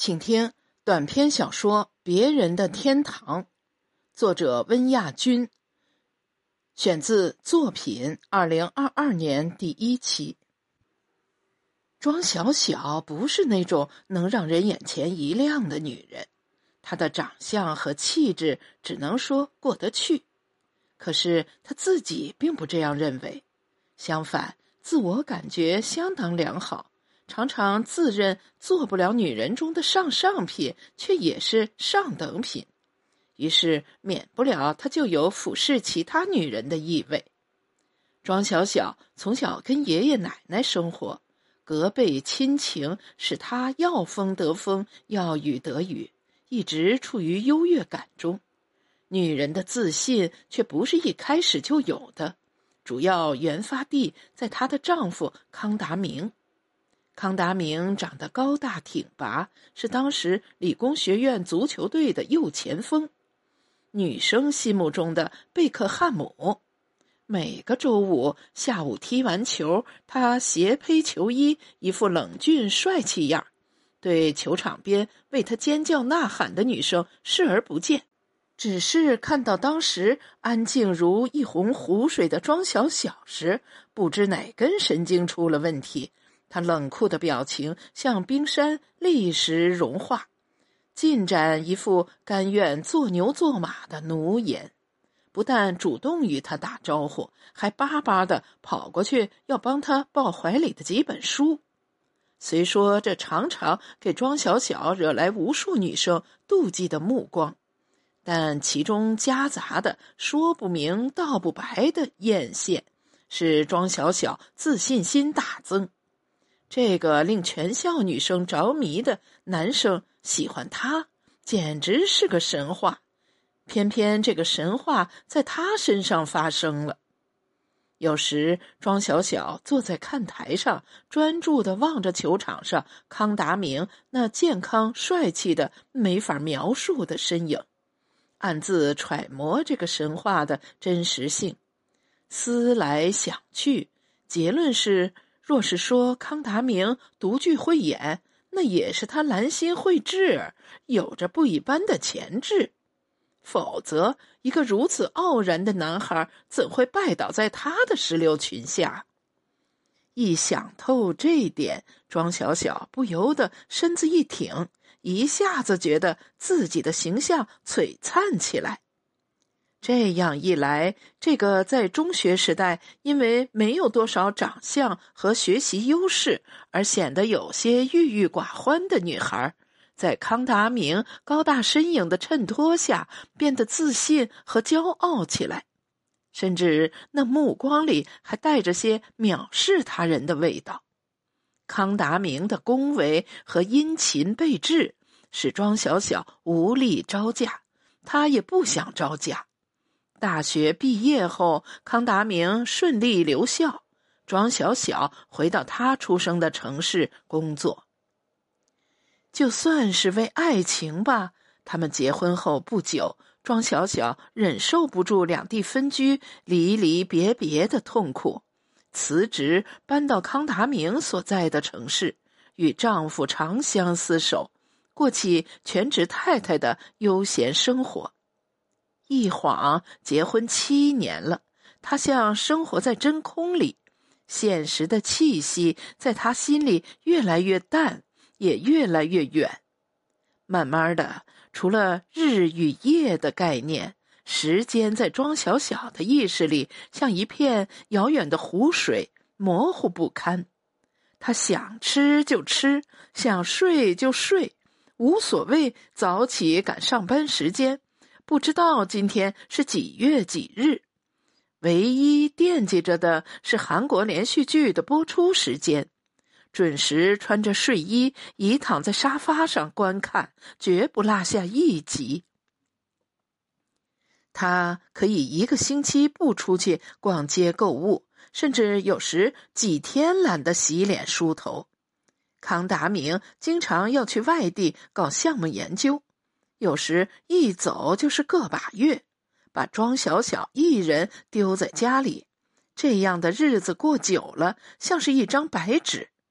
请听短篇小说《别人的天堂》，作者温亚军，选自作品2022年第1期。庄小小不是那种能让人眼前一亮的女人，她的长相和气质只能说过得去，可是她自己并不这样认为，相反，自我感觉相当良好，常常自认做不了女人中的上品，却也是上等品，于是免不了她就有俯视其他女人的意味。庄小小从小跟爷爷奶奶生活，隔辈亲情使她要风得风，要雨得雨，一直处于优越感中。女人的自信却不是一开始就有的，主要原发地在她的丈夫康达明。康达明长得高大挺拔，是当时理工学院足球队的右前锋，女生心目中的贝克汉姆。每个周五下午踢完球，他斜披球衣，一副冷峻帅气样，对球场边为他尖叫呐喊的女生视而不见，只是看到当时安静如一泓湖水的庄小小时，不知哪根神经出了问题，他冷酷的表情像冰山立时融化，尽展一副甘愿做牛做马的奴颜。不但主动与他打招呼，还巴巴地跑过去要帮他抱怀里的几本书。虽说这常常给庄小小惹来无数女生妒忌的目光，但其中夹杂的说不明道不白的艳羡，使庄小小自信心大增。这个令全校女生着迷的男生喜欢他，简直是个神话。偏偏这个神话在他身上发生了。有时庄小小坐在看台上，专注地望着球场上康达明那健康帅气的没法描述的身影，暗自揣摩这个神话的真实性。思来想去，结论是，若是说康达明独具慧眼，那也是他兰心慧智，有着不一般的潜质。否则，一个如此傲然的男孩怎会拜倒在他的石榴裙下？一想透这一点，庄小小不由得身子一挺，一下子觉得自己的形象璀璨起来。这样一来，这个在中学时代因为没有多少长相和学习优势而显得有些郁郁寡欢的女孩，在康达明高大身影的衬托下变得自信和骄傲起来，甚至那目光里还带着些藐视他人的味道。康达明的恭维和殷勤备至使庄小小无力招架，他也不想招架。大学毕业后，康达明顺利留校，庄小小回到他出生的城市工作。就算是为爱情吧，他们结婚后不久，庄小小忍受不住两地分居离离别别的痛苦，辞职搬到康达明所在的城市，与丈夫长相厮守，过起全职太太的悠闲生活。一晃结婚7年了，她像生活在真空里，现实的气息在她心里越来越淡，也越来越远。慢慢的，除了日与夜的概念，时间在庄小小的意识里像一片遥远的湖水，模糊不堪。他想吃就吃，想睡就睡，无所谓早起赶上班时间，不知道今天是几月几日。唯一惦记着的是韩国连续剧的播出时间，准时穿着睡衣倚躺在沙发上观看，绝不落下一集。他可以1个星期不出去逛街购物，甚至有时几天懒得洗脸梳头。康达明经常要去外地搞项目研究，有时一走就是个把月，把庄小小一人丢在家里。这样的日子过久了，像是一张白纸。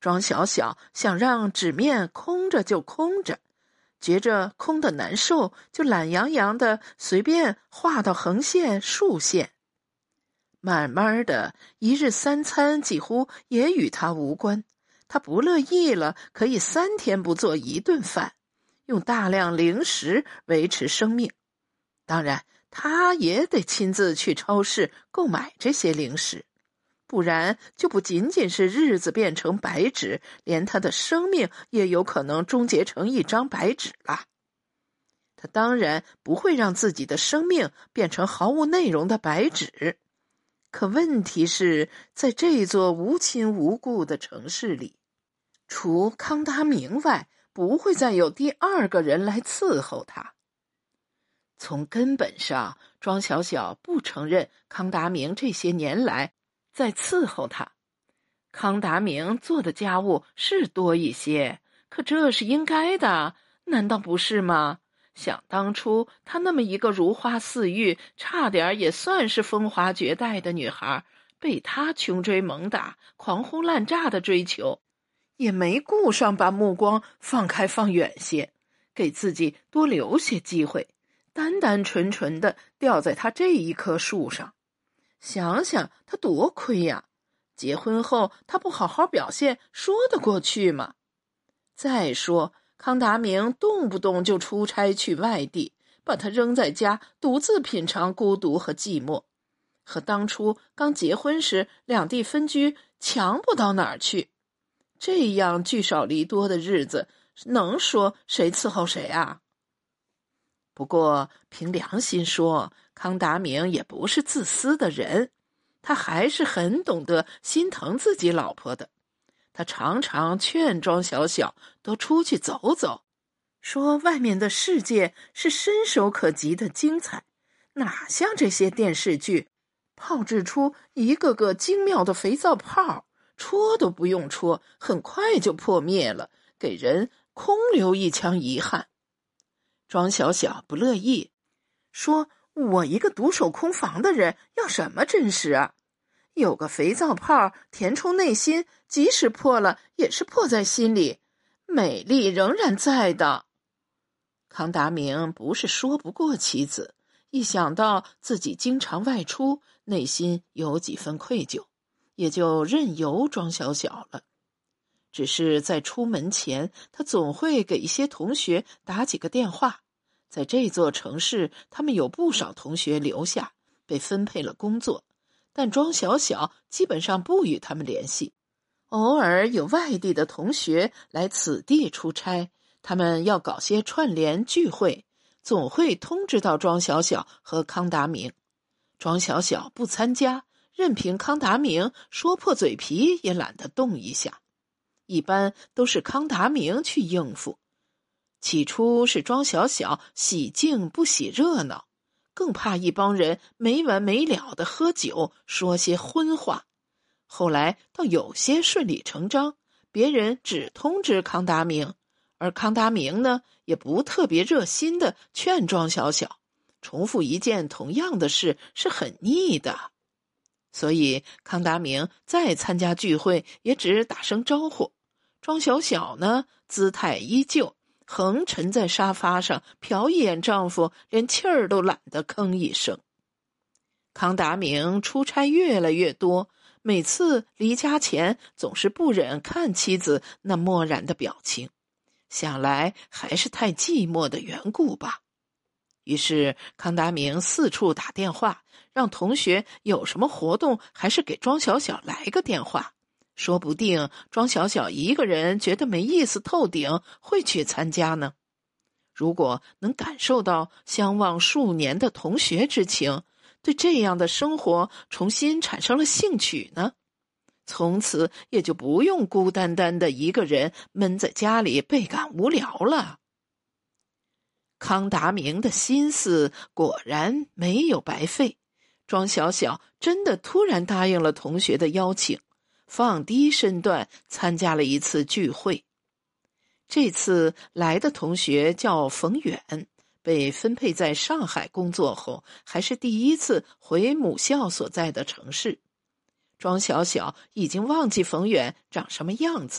庄小小想让纸面空着就空着，觉着空的难受，就懒洋洋的随便画到横线、竖线。慢慢的，一日三餐几乎也与他无关。他不乐意了，可以3天不做一顿饭，用大量零食维持生命。当然，他也得亲自去超市购买这些零食，不然就不仅仅是日子变成白纸，连他的生命也有可能终结成一张白纸了。他当然不会让自己的生命变成毫无内容的白纸。可问题是，在这座无亲无故的城市里，除康达明外，不会再有第2个人来伺候他。从根本上，庄小小不承认康达明这些年来在伺候他。康达明做的家务是多一些，可这是应该的，难道不是吗？想当初，她那么一个如花似玉，差点也算是风华绝代的女孩，被他穷追猛打、狂轰滥炸的追求，也没顾上把目光放开放远些，给自己多留些机会，单单纯纯的吊在他这一棵树上。想想他多亏呀！结婚后他不好好表现，说得过去吗？再说康达明动不动就出差去外地，把他扔在家独自品尝孤独和寂寞，和当初刚结婚时两地分居强不到哪儿去。这样聚少离多的日子，能说谁伺候谁啊？不过凭良心说，康达明也不是自私的人，他还是很懂得心疼自己老婆的。他常常劝庄小小多出去走走，说外面的世界是伸手可及的精彩，哪像这些电视剧炮制出一个个精妙的肥皂泡，戳都不用戳，很快就破灭了，给人空留一腔遗憾。庄小小不乐意，说我一个独守空房的人要什么真实啊？有个肥皂泡填充内心，即使破了也是破在心里，美丽仍然在的。康达明不是说不过妻子，一想到自己经常外出，内心有几分愧疚，也就任由庄小小了。只是在出门前，他总会给一些同学打几个电话。在这座城市，他们有不少同学留下，被分配了工作，但庄小小基本上不与他们联系。偶尔有外地的同学来此地出差，他们要搞些串联聚会，总会通知到庄小小和康达明。庄小小不参加，任凭康达明说破嘴皮也懒得动一下。一般都是康达明去应付。起初是庄小小喜静不喜热闹，更怕一帮人没完没了的喝酒，说些荤话。后来倒有些顺理成章，别人只通知康达明，而康达明呢，也不特别热心的劝庄小小，重复一件同样的事是很腻的。所以康达明再参加聚会也只打声招呼，庄小小呢，姿态依旧，横沉在沙发上，瞟一眼丈夫，连气儿都懒得吭一声。康达明出差越来越多，每次离家前总是不忍看妻子那漠然的表情，想来还是太寂寞的缘故吧。于是康达明四处打电话，让同学有什么活动还是给庄小小来个电话，说不定庄小小一个人觉得没意思透顶，会去参加呢。如果能感受到相忘数年的同学之情，对这样的生活重新产生了兴趣呢，从此也就不用孤单单的一个人闷在家里倍感无聊了。康达明的心思果然没有白费，庄小小真的突然答应了同学的邀请，放低身段参加了一次聚会。这次来的同学叫冯远，被分配在上海工作后，还是第一次回母校所在的城市。庄小小已经忘记冯远长什么样子，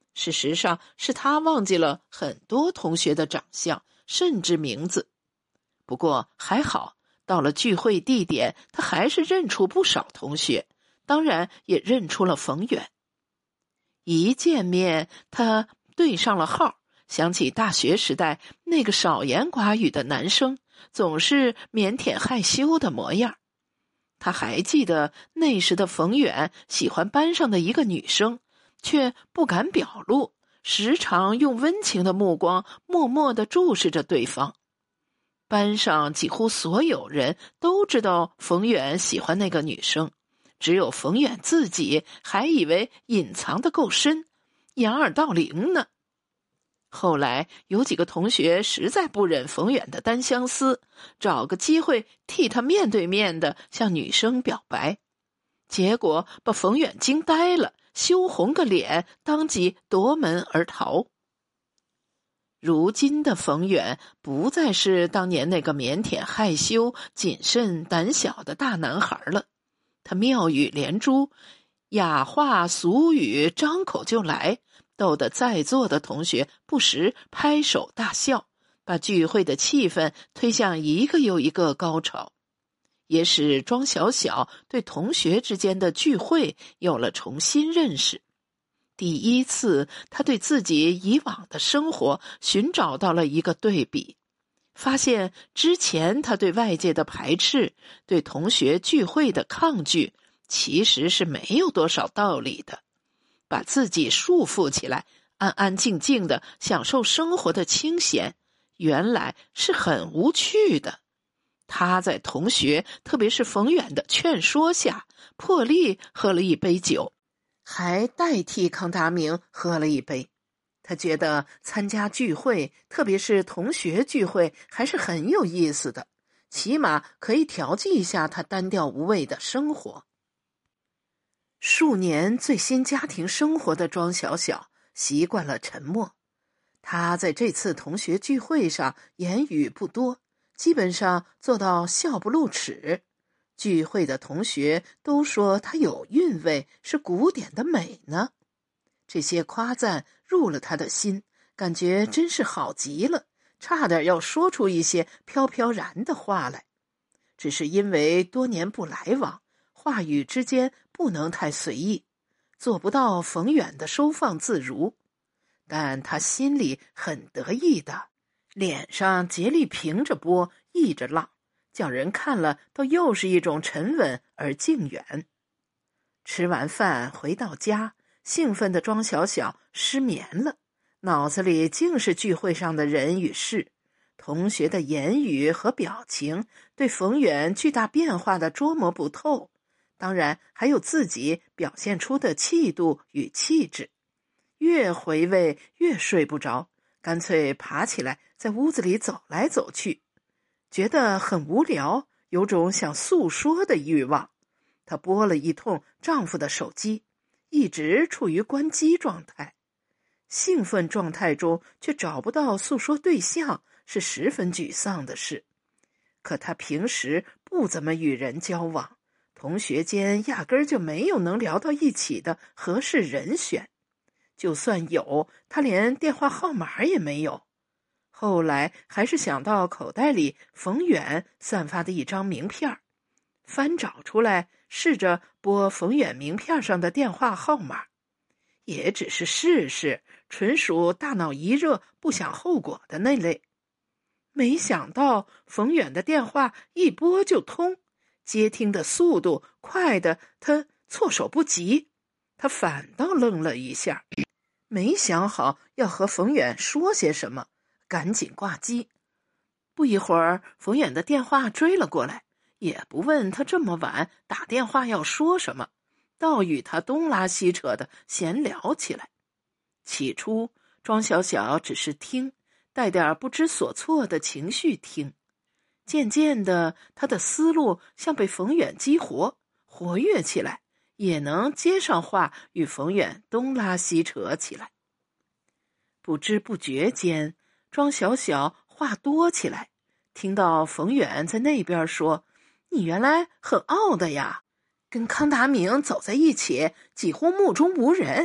事实上是他忘记了很多同学的长相，甚至名字。不过还好，到了聚会地点，他还是认出不少同学，当然也认出了冯远。一见面，他对上了号，想起大学时代那个少言寡语的男生，总是腼腆害羞的模样。他还记得那时的冯远喜欢班上的一个女生，却不敢表露，时常用温情的目光默默地注视着对方。班上几乎所有人都知道冯远喜欢那个女生，只有冯远自己还以为隐藏得够深，掩耳盗铃呢。后来有几个同学实在不忍冯远的单相思，找个机会替他面对面的向女生表白，结果把冯远惊呆了，羞红个脸，当即夺门而逃。如今的冯远不再是当年那个腼腆害羞、谨慎胆小的大男孩了，他妙语连珠，雅话俗语张口就来，逗得在座的同学不时拍手大笑，把聚会的气氛推向一个又一个高潮，也使庄小小对同学之间的聚会有了重新认识。第一次，他对自己以往的生活寻找到了一个对比，发现之前他对外界的排斥，对同学聚会的抗拒，其实是没有多少道理的。把自己束缚起来，安安静静的享受生活的清闲，原来是很无趣的。他在同学，特别是冯远的劝说下，破例喝了一杯酒，还代替康达明喝了一杯。他觉得参加聚会，特别是同学聚会，还是很有意思的，起码可以调剂一下他单调无味的生活。数年最新家庭生活的庄小小习惯了沉默，他在这次同学聚会上言语不多，基本上做到笑不露齿。聚会的同学都说他有韵味，是古典的美呢。这些夸赞入了他的心，感觉真是好极了，差点要说出一些飘飘然的话来。只是因为多年不来往，话语之间不能太随意，做不到冯远的收放自如。但他心里很得意的，脸上竭力平着波，抑着浪，叫人看了都又是一种沉稳而静远。吃完饭回到家，兴奋的庄小小失眠了，脑子里尽是聚会上的人与事，同学的言语和表情，对冯远巨大变化的捉摸不透，当然还有自己表现出的气度与气质。越回味越睡不着，干脆爬起来在屋子里走来走去，觉得很无聊，有种想诉说的欲望。她拨了一通丈夫的手机，一直处于关机状态。兴奋状态中却找不到诉说对象，是十分沮丧的事。可她平时不怎么与人交往，同学间压根儿就没有能聊到一起的合适人选。就算有，她连电话号码也没有。后来还是想到口袋里冯远散发的一张名片，翻找出来，试着拨冯远名片上的电话号码，也只是试试，纯属大脑一热不想后果的那类。没想到冯远的电话一拨就通，接听的速度快得他措手不及。他反倒愣了一下，没想好要和冯远说些什么，赶紧挂机。不一会儿，冯远的电话追了过来，也不问他这么晚打电话要说什么，倒与他东拉西扯的闲聊起来。起初庄小小只是听，带点不知所措的情绪听，渐渐的他的思路像被冯远激活，活跃起来，也能接上话与冯远东拉西扯起来。不知不觉间，庄小小话多起来，听到冯远在那边说：“你原来很傲的呀，跟康达明走在一起几乎目中无人，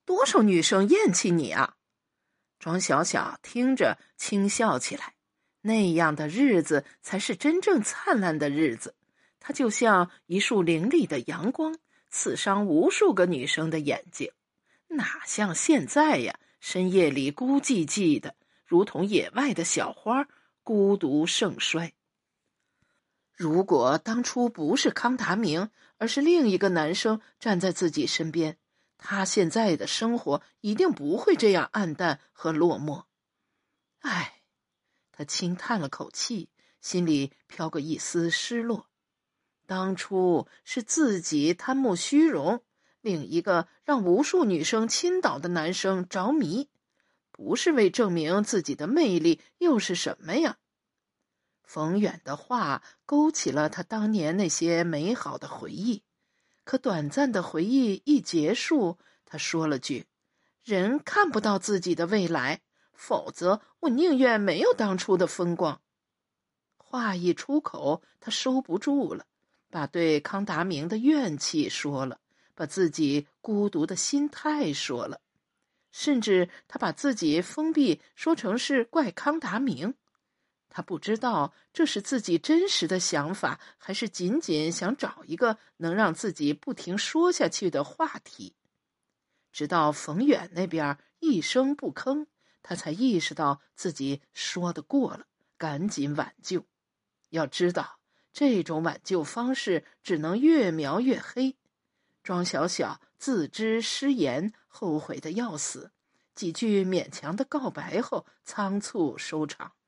多少女生厌弃你啊！庄小小听着轻笑起来，那样的日子才是真正灿烂的日子，它就像一束凌厉的阳光，刺伤无数个女生的眼睛，哪像现在呀，深夜里孤寂寂的，如同野外的小花，孤独盛衰。如果当初不是康达明，而是另一个男生站在自己身边，他现在的生活一定不会这样暗淡和落寞。唉，他轻叹了口气，心里飘过一丝失落。当初是自己贪慕虚荣，另一个让无数女生倾倒的男生着迷，不是为证明自己的魅力又是什么呀？冯远的话勾起了他当年那些美好的回忆，可短暂的回忆一结束，他说了句：人看不到自己的未来，否则我宁愿没有当初的风光。话一出口，他收不住了，把对康达明的怨气说了，把自己孤独的心态说了，甚至他把自己封闭说成是怪康达明。他不知道这是自己真实的想法，还是仅仅想找一个能让自己不停说下去的话题。直到冯远那边一声不吭，他才意识到自己说得过了，赶紧挽救。要知道，这种挽救方式只能越描越黑。庄小小自知失言，后悔得要死，几句勉强的告白后仓促收场。